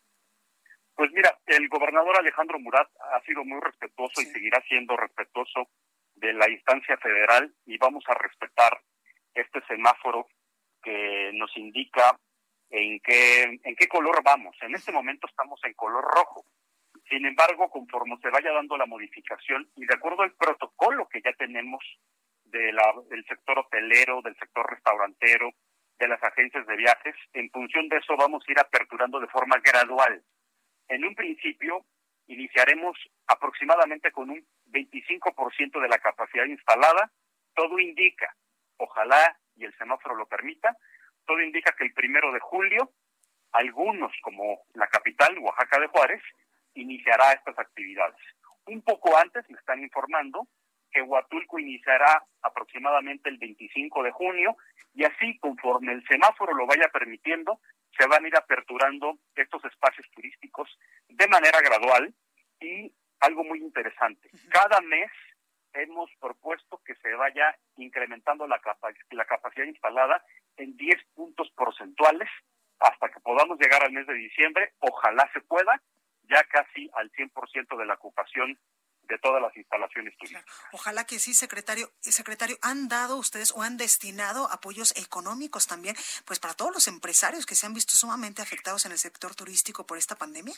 Pues mira, el gobernador Alejandro Murat ha sido muy respetuoso sí. y seguirá siendo respetuoso de la instancia federal, y vamos a respetar este semáforo que nos indica en qué en qué color vamos. En este momento estamos en color rojo. Sin embargo, conforme se vaya dando la modificación y de acuerdo al protocolo que ya tenemos de la, del sector hotelero, del sector restaurantero, de las agencias de viajes, en función de eso vamos a ir aperturando de forma gradual. En un principio, iniciaremos aproximadamente con un veinticinco por ciento de la capacidad instalada. Todo indica, ojalá y el semáforo lo permita, todo indica que el primero de julio, algunos como la capital, Oaxaca de Juárez, iniciará estas actividades. Un poco antes me están informando que Huatulco iniciará aproximadamente el veinticinco de junio, y así, conforme el semáforo lo vaya permitiendo, se van a ir aperturando estos espacios turísticos de manera gradual. Y algo muy interesante, cada mes hemos propuesto que se vaya incrementando la, capa- la capacidad instalada en diez puntos porcentuales hasta que podamos llegar al mes de diciembre, ojalá se pueda, ya casi al cien por ciento de la ocupación de todas las instalaciones turísticas. Claro. Ojalá que sí, secretario. Secretario, ¿han dado ustedes o han destinado apoyos económicos también, pues para todos los empresarios que se han visto sumamente afectados en el sector turístico por esta pandemia?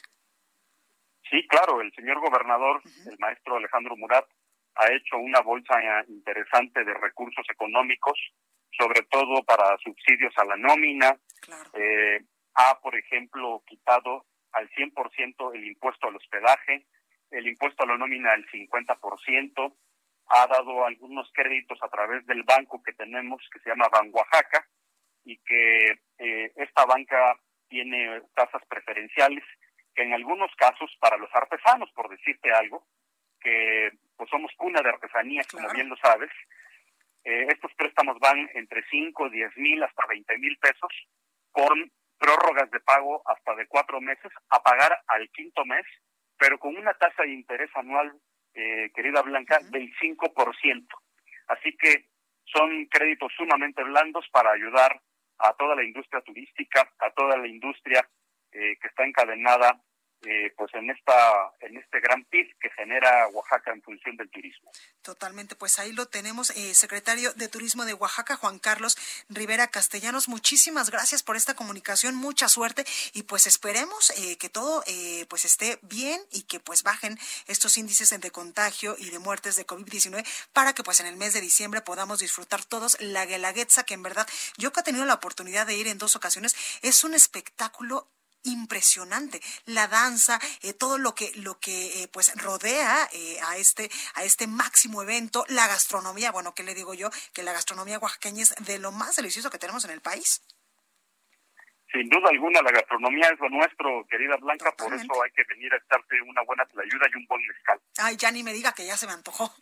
Sí, claro, el señor gobernador, uh-huh. el maestro Alejandro Murat, ha hecho una bolsa interesante de recursos económicos, sobre todo para subsidios a la nómina. Claro. Eh, ha, por ejemplo, quitado al cien por ciento el impuesto al hospedaje, el impuesto a la nómina al cincuenta por ciento, ha dado algunos créditos a través del banco que tenemos, que se llama Ban Oaxaca, y que eh, esta banca tiene tasas preferenciales, que en algunos casos para los artesanos, por decirte algo, que pues somos cuna de artesanías, como bien lo sabes, eh, estos préstamos van entre cinco, diez mil hasta veinte mil pesos, con prórrogas de pago hasta de cuatro meses, a pagar al quinto mes, pero con una tasa de interés anual, eh, querida Blanca, uh-huh. del cinco por ciento. Así que son créditos sumamente blandos para ayudar a toda la industria turística, a toda la industria eh, que está encadenada Eh, pues en esta en este gran P I B que genera Oaxaca en función del turismo. Totalmente, pues ahí lo tenemos, eh, secretario de Turismo de Oaxaca, Juan Carlos Rivera Castellanos, muchísimas gracias por esta comunicación, mucha suerte y pues esperemos eh, que todo eh, pues esté bien y que pues bajen estos índices de contagio y de muertes de COVID diecinueve para que pues en el mes de diciembre podamos disfrutar todos la Guelaguetza, que en verdad yo que he tenido la oportunidad de ir en dos ocasiones, es un espectáculo impresionante, la danza, eh, todo lo que lo que eh, pues rodea eh, a este a este máximo evento, la gastronomía, bueno, ¿qué le digo yo? Que la gastronomía oaxaqueña es de lo más delicioso que tenemos en el país. Sin duda alguna, la gastronomía es lo nuestro, querida Blanca. Totalmente. Por eso hay que venir a echarse una buena tlayuda y un buen mezcal. Ay, ya ni me diga que ya se me antojó.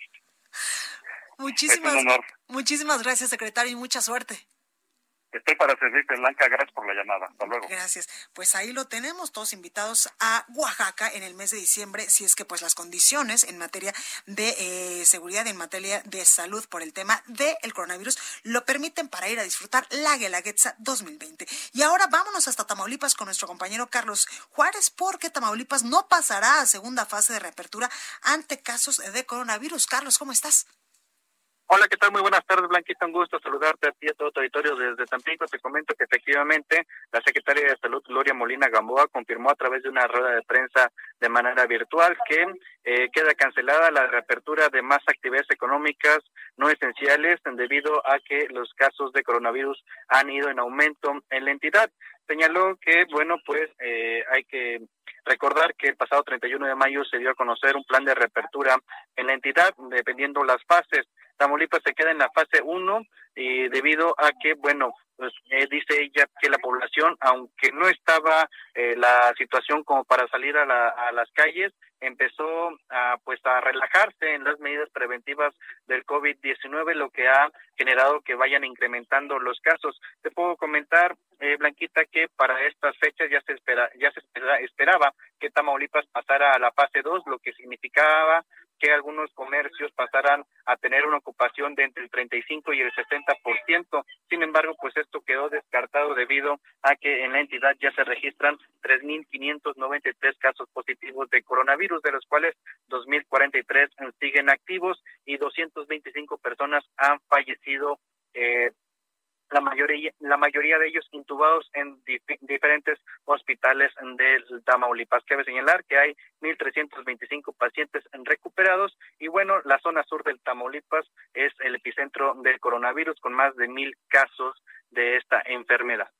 Muchísimas, es un honor. Muchísimas gracias, secretario, y mucha suerte. Estoy para servirte, Blanca. Gracias por la llamada. Hasta luego. Gracias. Pues ahí lo tenemos, todos invitados a Oaxaca en el mes de diciembre, si es que pues las condiciones en materia de eh, seguridad y en materia de salud por el tema del coronavirus lo permiten para ir a disfrutar la Guelaguetza dos mil veinte. Y ahora vámonos hasta Tamaulipas con nuestro compañero Carlos Juárez, porque Tamaulipas no pasará a segunda fase de reapertura ante casos de coronavirus. Carlos, ¿cómo estás? Hola, ¿qué tal? Muy buenas tardes, Blanquita. Un gusto saludarte a ti y a todo tu auditorio desde Tampico. Te comento que efectivamente la secretaria de Salud, Gloria Molina Gamboa, confirmó a través de una rueda de prensa de manera virtual que eh, queda cancelada la reapertura de más actividades económicas no esenciales debido a que los casos de coronavirus han ido en aumento en la entidad. Señaló que, bueno, pues eh, hay que recordar que el pasado treinta y uno de mayo se dio a conocer un plan de reapertura en la entidad, dependiendo las fases. Tamaulipas se queda en la fase uno y debido a que, bueno, pues eh, dice ella que la población, aunque no estaba eh, la situación como para salir a, la, a las calles, empezó a pues a relajarse en las medidas preventivas del COVID diecinueve, lo que ha generado que vayan incrementando los casos. Te puedo comentar, eh, Blanquita, que para estas fechas ya se espera, ya se espera, esperaba que Tamaulipas pasara a la fase dos, lo que significaba que algunos comercios pasaran a tener una ocupación de entre el treinta y cinco y el sesenta por ciento. Sin embargo, pues esto quedó descartado debido a que en la entidad ya se registran tres mil quinientos noventa y tres casos positivos de coronavirus, de los cuales dos mil cuarenta y tres siguen activos y doscientas veinticinco personas han fallecido, eh, la mayoría la mayoría de ellos intubados en dif- diferentes hospitales de Tamaulipas. Cabe señalar que hay mil trescientos veinticinco pacientes recuperados y bueno, la zona sur del Tamaulipas es el epicentro del coronavirus con más de mil casos de esta enfermedad.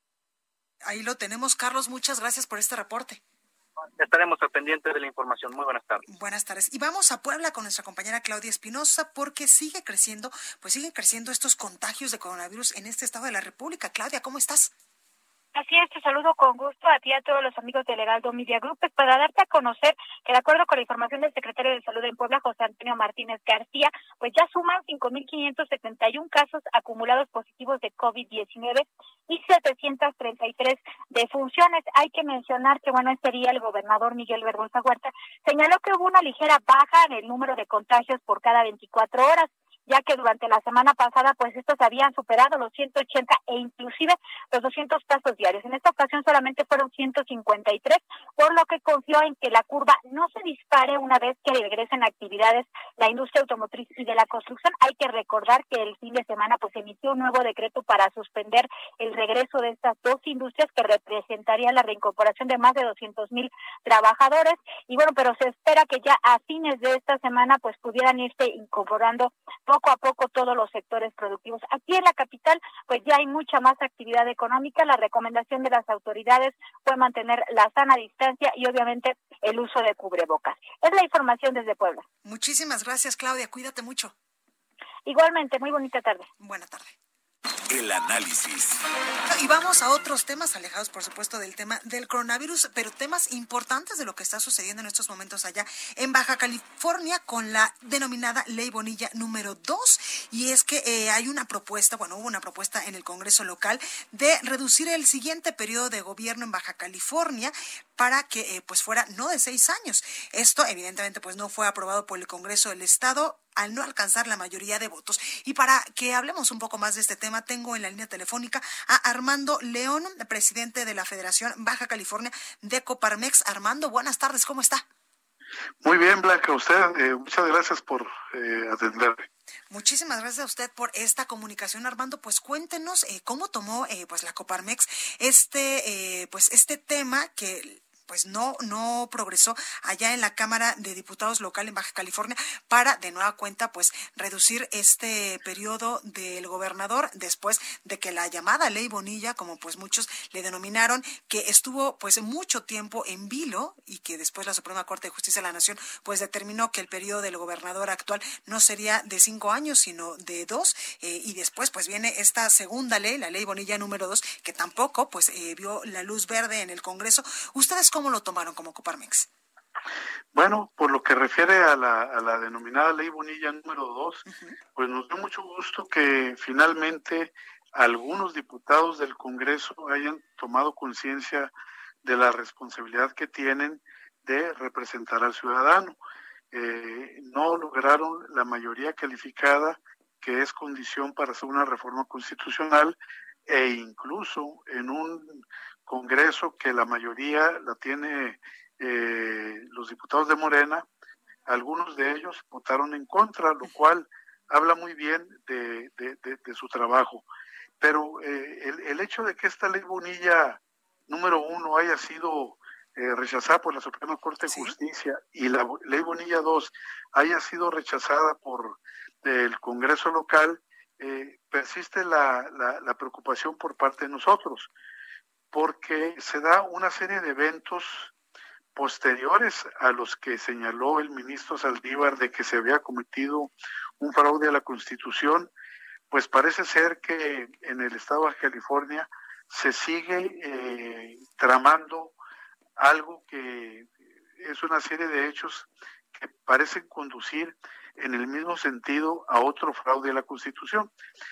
Ahí lo tenemos, Carlos, muchas gracias por este reporte. Estaremos al pendiente de la información. Muy buenas tardes. Buenas tardes. Y vamos a Puebla con nuestra compañera Claudia Espinosa porque sigue creciendo, pues siguen creciendo estos contagios de coronavirus en este estado de la República. Claudia, ¿cómo estás? Así es, te saludo con gusto a ti y a todos los amigos del Heraldo Media Group, pues para darte a conocer que de acuerdo con la información del secretario de Salud en Puebla, José Antonio Martínez García, pues ya suman cinco mil quinientos setenta y uno casos acumulados positivos de COVID diecinueve y setecientas treinta y tres defunciones. Hay que mencionar que, bueno, este día el gobernador Miguel Vergüenza Huerta señaló que hubo una ligera baja en el número de contagios por cada veinticuatro horas, ya que durante la semana pasada pues estos habían superado los ciento ochenta e inclusive los doscientos casos diarios. En esta ocasión solamente fueron ciento cincuenta y tres, por lo que confió en que la curva no se dispare una vez que regresen actividades la industria automotriz y de la construcción. Hay que recordar que el fin de semana pues emitió un nuevo decreto para suspender el regreso de estas dos industrias que representarían la reincorporación de más de doscientos mil trabajadores y bueno, pero se espera que ya a fines de esta semana pues pudieran irse incorporando poco a poco todos los sectores productivos. Aquí en la capital, pues ya hay mucha más actividad económica. La recomendación de las autoridades fue mantener la sana distancia y obviamente el uso de cubrebocas. Es la información desde Puebla. Muchísimas gracias, Claudia. Cuídate mucho. Igualmente, muy bonita tarde. Buena tarde. El análisis. Y vamos a otros temas alejados, por supuesto, del tema del coronavirus, pero temas importantes de lo que está sucediendo en estos momentos allá en Baja California con la denominada Ley Bonilla número dos. Y es que eh, hay una propuesta, bueno, hubo una propuesta en el Congreso local de reducir el siguiente periodo de gobierno en Baja California para que eh, pues fuera no de seis años. Esto, evidentemente, pues no fue aprobado por el Congreso del Estado al no alcanzar la mayoría de votos. Y para que hablemos un poco más de este tema, tengo en la línea telefónica a Armando León, presidente de la Federación Baja California de Coparmex. Armando, buenas tardes, ¿cómo está? Muy bien, Blanca, usted, eh, muchas gracias por eh, atenderme. Muchísimas gracias a usted por esta comunicación, Armando. Pues cuéntenos eh, cómo tomó eh, pues la Coparmex este eh, pues este tema que pues no no progresó allá en la Cámara de Diputados local en Baja California para de nueva cuenta pues reducir este periodo del gobernador después de que la llamada Ley Bonilla, como pues muchos le denominaron, que estuvo pues mucho tiempo en vilo y que después la Suprema Corte de Justicia de la Nación pues determinó que el periodo del gobernador actual no sería de cinco años sino de dos eh, y después pues viene esta segunda ley, la Ley Bonilla número dos, que tampoco pues eh, vio la luz verde en el Congreso. ¿Ustedes cómo lo tomaron como Coparmex? Bueno, por lo que refiere a la, a la denominada Ley Bonilla número dos, uh-huh. pues nos dio mucho gusto que finalmente algunos diputados del Congreso hayan tomado conciencia de la responsabilidad que tienen de representar al ciudadano. Eh, no lograron la mayoría calificada, que es condición para hacer una reforma constitucional, e incluso en un Congreso que la mayoría la tiene eh, los diputados de Morena, algunos de ellos votaron en contra, lo cual habla muy bien de, de, de, de su trabajo. Pero eh, el, el hecho de que esta Ley Bonilla número uno haya sido eh, rechazada por la Suprema Corte de Justicia ¿Sí? y la Ley Bonilla dos haya sido rechazada por el Congreso local, eh, persiste la, la, la preocupación por parte de nosotros, porque se da una serie de eventos posteriores a los que señaló el ministro Saldívar de que se había cometido un fraude a la Constitución. Pues parece ser que en el estado de Baja California se sigue eh, tramando algo que es una serie de hechos que parecen conducir en el mismo sentido a otro fraude a la Constitución.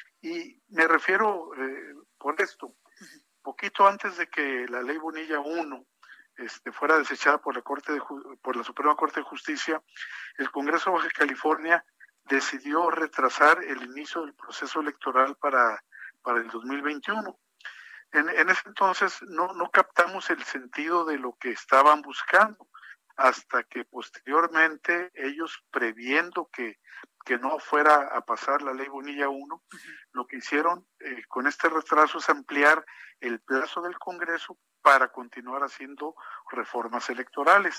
Y me refiero eh, por esto. Poquito antes de que la Ley Bonilla uno este, fuera desechada por la Corte de, por la Suprema Corte de Justicia, el Congreso de Baja California decidió retrasar el inicio del proceso electoral para, para el dos mil veintiuno. En, en ese entonces no, no captamos el sentido de lo que estaban buscando, hasta que posteriormente ellos, previendo que, que no fuera a pasar la Ley Bonilla uno, uh-huh. lo que hicieron eh, con este retraso es ampliar el plazo del Congreso para continuar haciendo reformas electorales,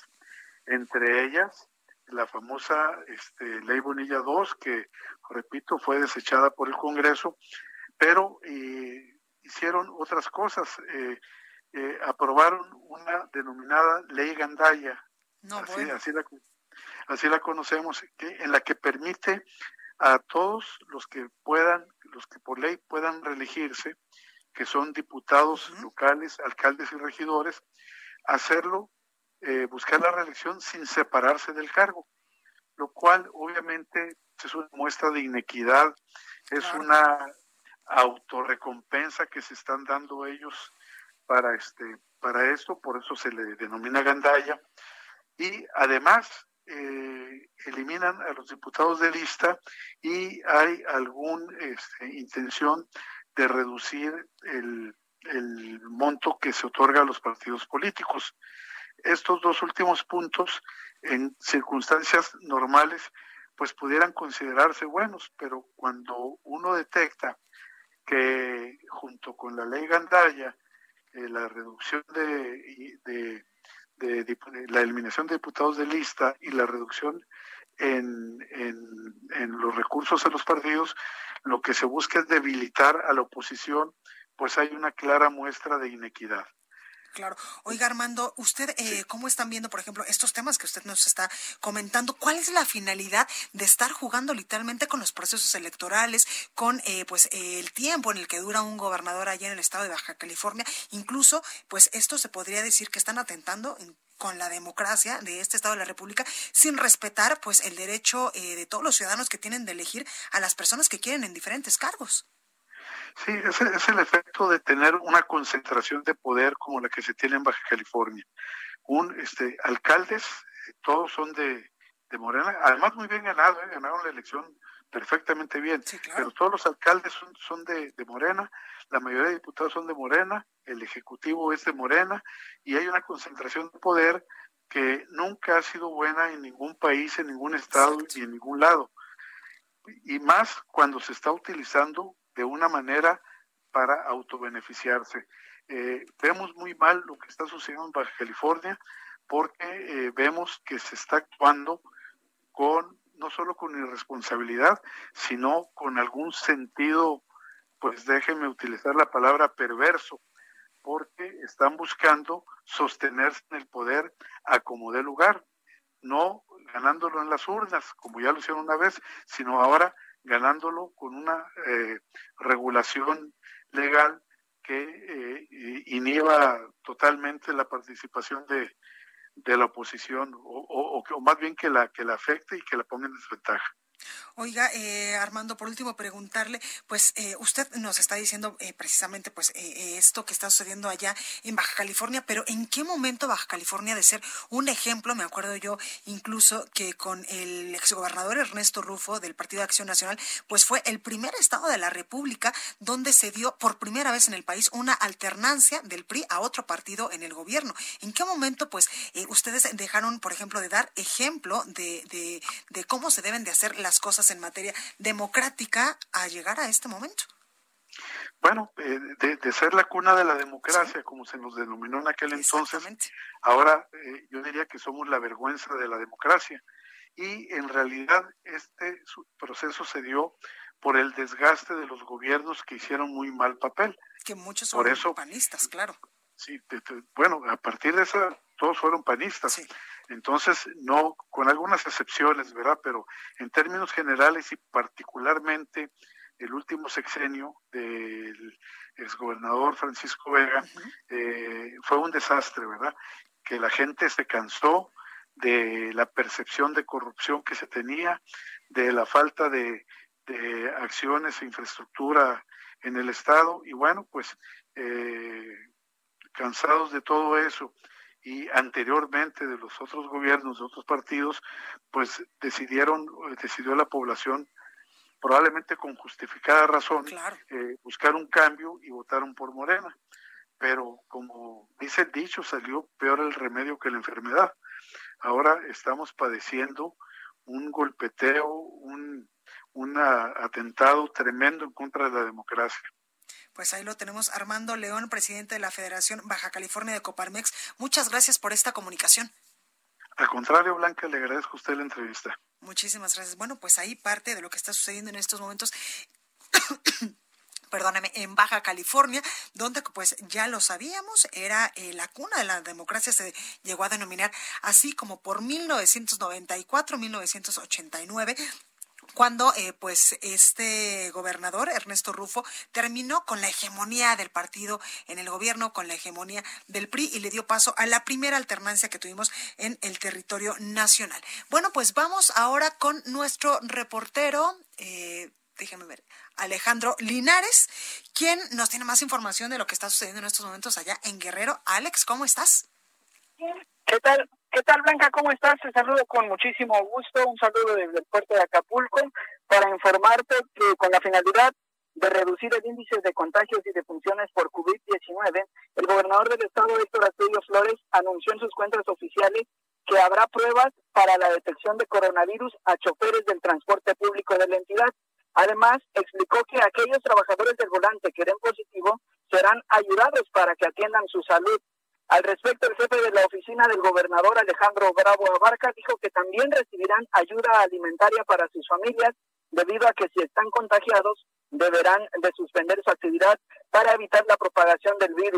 entre ellas la famosa este, Ley Bonilla dos, que, repito, fue desechada por el Congreso, pero eh, hicieron otras cosas, eh, eh, aprobaron una denominada Ley Gandaya, no, así, bueno. así, la, así la conocemos, que, en la que permite a todos los que puedan, los que por ley puedan reelegirse, que son diputados uh-huh. locales, alcaldes y regidores, hacerlo, eh, buscar la reelección sin separarse del cargo, lo cual obviamente es una muestra de inequidad, es claro. una autorrecompensa que se están dando ellos para este para esto, por eso se le denomina gandalla, y además eh, eliminan a los diputados de lista y hay alguna este, intención de reducir el, el monto que se otorga a los partidos políticos. Estos dos últimos puntos, en circunstancias normales, pues pudieran considerarse buenos, pero cuando uno detecta que junto con la ley Gandaya, eh, la reducción de, de, de, de, de la eliminación de diputados de lista y la reducción en, en, en los recursos a los partidos, lo que se busca es debilitar a la oposición, pues hay una clara muestra de inequidad. Claro. Oiga, Armando, ¿usted eh, cómo están viendo, por ejemplo, estos temas que usted nos está comentando? ¿Cuál es la finalidad de estar jugando literalmente con los procesos electorales, con eh, pues eh, el tiempo en el que dura un gobernador allá en el estado de Baja California? Incluso, pues esto se podría decir que están atentando en con la democracia de este Estado de la República, sin respetar pues el derecho eh, de todos los ciudadanos que tienen de elegir a las personas que quieren en diferentes cargos. Sí, ese es el efecto de tener una concentración de poder como la que se tiene en Baja California. Un este alcaldes, todos son de, de Morena, además muy bien ganado, ¿eh? Ganaron la elección perfectamente bien, sí, claro. Pero todos los alcaldes son, son de, de Morena, la mayoría de diputados son de Morena, el ejecutivo es de Morena, y hay una concentración de poder que nunca ha sido buena en ningún país, en ningún estado, exacto, y en ningún lado. Y más cuando se está utilizando de una manera para autobeneficiarse. Eh, vemos muy mal lo que está sucediendo en Baja California, porque eh, vemos que se está actuando con, no solo con irresponsabilidad, sino con algún sentido, pues déjenme utilizar la palabra perverso, porque están buscando sostenerse en el poder a como dé lugar, no ganándolo en las urnas, como ya lo hicieron una vez, sino ahora ganándolo con una eh, regulación legal que eh, inhiba totalmente la participación de, de la oposición, o, o, o más bien que la, que la afecte y que la ponga en desventaja. Oiga, eh, Armando, por último preguntarle, pues eh, usted nos está diciendo eh, precisamente pues eh, esto que está sucediendo allá en Baja California, pero ¿en qué momento Baja California de ser un ejemplo? Me acuerdo yo incluso que con el exgobernador Ernesto Rufo del Partido de Acción Nacional, pues fue el primer estado de la República donde se dio por primera vez en el país una alternancia del P R I a otro partido en el gobierno. ¿En qué momento pues eh, ustedes dejaron, por ejemplo, de dar ejemplo de, de, de cómo se deben de hacer las las cosas en materia democrática a llegar a este momento? Bueno, eh, de, de ser la cuna de la democracia, sí, como se nos denominó en aquel entonces, ahora eh, yo diría que somos la vergüenza de la democracia. Y en realidad este proceso se dio por el desgaste de los gobiernos que hicieron muy mal papel. Que muchos son eso, panistas, claro. Sí, de, de, bueno, a partir de eso todos fueron panistas. Sí. Entonces, no, con algunas excepciones, ¿verdad? Pero en términos generales y particularmente el último sexenio del exgobernador Francisco Vega, uh-huh, eh, fue un desastre, ¿verdad? Que la gente se cansó de la percepción de corrupción que se tenía, de la falta de, de acciones e infraestructura en el Estado, y bueno, pues eh, cansados de todo eso, y anteriormente de los otros gobiernos de otros partidos, pues decidieron, decidió la población, probablemente con justificada razón, claro, eh, buscar un cambio y votaron por Morena. Pero como dice el dicho, salió peor el remedio que la enfermedad. Ahora estamos padeciendo un golpeteo, un, un atentado tremendo en contra de la democracia. Pues ahí lo tenemos, Armando León, presidente de la Federación Baja California de Coparmex. Muchas gracias por esta comunicación. Al contrario, Blanca, le agradezco a usted la entrevista. Muchísimas gracias. Bueno, pues ahí parte de lo que está sucediendo en estos momentos, perdóname, en Baja California, donde pues ya lo sabíamos, era eh, la cuna de la democracia, se llegó a denominar así como por mil novecientos noventa y cuatro, mil novecientos ochenta y nueve, cuando eh, pues este gobernador Ernesto Rufo terminó con la hegemonía del partido en el gobierno, con la hegemonía del P R I, y le dio paso a la primera alternancia que tuvimos en el territorio nacional. Bueno, pues vamos ahora con nuestro reportero, eh, déjeme ver, Alejandro Linares, quien nos tiene más información de lo que está sucediendo en estos momentos allá en Guerrero. Alex, ¿cómo estás? ¿Qué tal? ¿Qué tal, Blanca? ¿Cómo estás? Te saludo con muchísimo gusto. Un saludo desde el puerto de Acapulco para informarte que con la finalidad de reducir el índice de contagios y defunciones por COVID diecinueve, el gobernador del estado, Héctor Astudillo Flores, anunció en sus cuentas oficiales que habrá pruebas para la detección de coronavirus a choferes del transporte público de la entidad. Además, explicó que aquellos trabajadores del volante que den positivo serán ayudados para que atiendan su salud. Al respecto, el jefe de la oficina del gobernador, Alejandro Bravo Abarca, dijo que también recibirán ayuda alimentaria para sus familias, debido a que si están contagiados, deberán de suspender su actividad para evitar la propagación del virus.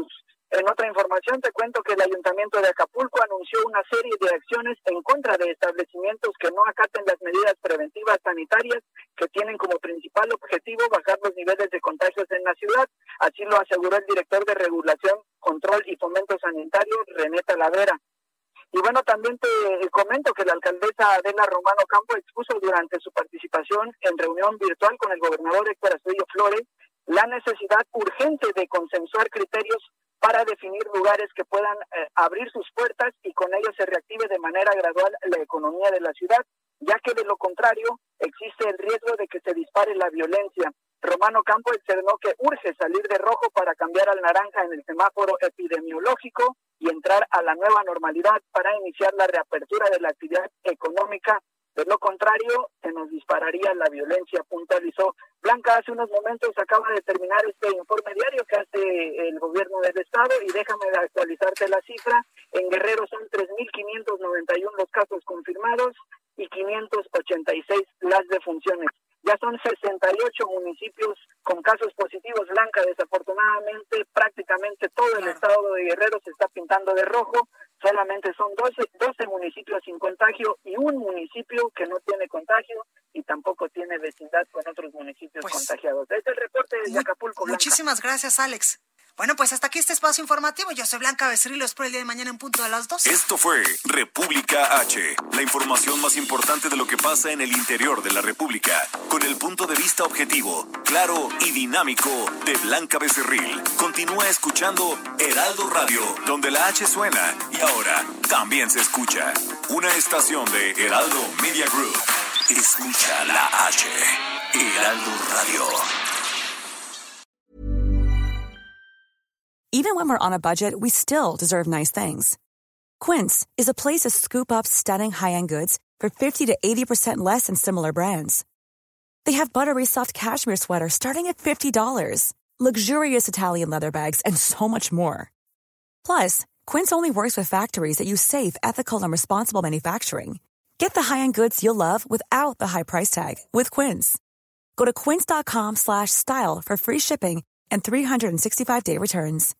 En otra información te cuento que el Ayuntamiento de Acapulco anunció una serie de acciones en contra de establecimientos que no acaten las medidas preventivas sanitarias que tienen como principal objetivo bajar los niveles de contagios en la ciudad. Así lo aseguró el director de Regulación, Control y Fomento Sanitario, René Talavera. Y bueno, también te comento que la alcaldesa Adela Romano Campo expuso durante su participación en reunión virtual con el gobernador Héctor Astudillo Flores la necesidad urgente de consensuar criterios para definir lugares que puedan eh, abrir sus puertas y con ello se reactive de manera gradual la economía de la ciudad, ya que de lo contrario existe el riesgo de que se dispare la violencia. Romano Campo externó que urge salir de rojo para cambiar al naranja en el semáforo epidemiológico y entrar a la nueva normalidad para iniciar la reapertura de la actividad económica. De lo contrario, se nos dispararía la violencia, puntualizó. Blanca, hace unos momentos acaba de terminar este informe diario que hace el gobierno del estado y déjame actualizarte la cifra. En Guerrero son tres mil quinientos noventa y uno los casos confirmados y quinientos ochenta y seis las defunciones. Ya son sesenta y ocho municipios con casos positivos, Blanca. Desafortunadamente, prácticamente todo el estado de Guerrero se está pintando de rojo. Solamente son doce, doce municipios sin contagio y un municipio que no tiene contagio y tampoco tiene vecindad con otros municipios pues, contagiados. Este es el reporte desde muy, Acapulco, Blanca. Muchísimas gracias, Alex. Bueno, pues hasta aquí este espacio informativo. Yo soy Blanca Becerril, los por el día de mañana en punto de las doce. Esto fue República H, la información más importante de lo que pasa en el interior de la República, con el punto de vista objetivo, claro y dinámico de Blanca Becerril. Continúa escuchando Heraldo Radio, donde la H suena y ahora también se escucha. Una estación de Heraldo Media Group. Escucha la H, Heraldo Radio. Even when we're on a budget, we still deserve nice things. Quince is a place to scoop up stunning high-end goods for fifty to eighty percent less than similar brands. They have buttery soft cashmere sweaters starting at fifty dollars, luxurious Italian leather bags, and so much more. Plus, Quince only works with factories that use safe, ethical, and responsible manufacturing. Get the high-end goods you'll love without the high price tag with Quince. Go to quince.com slash style for free shipping and three sixty-five day returns.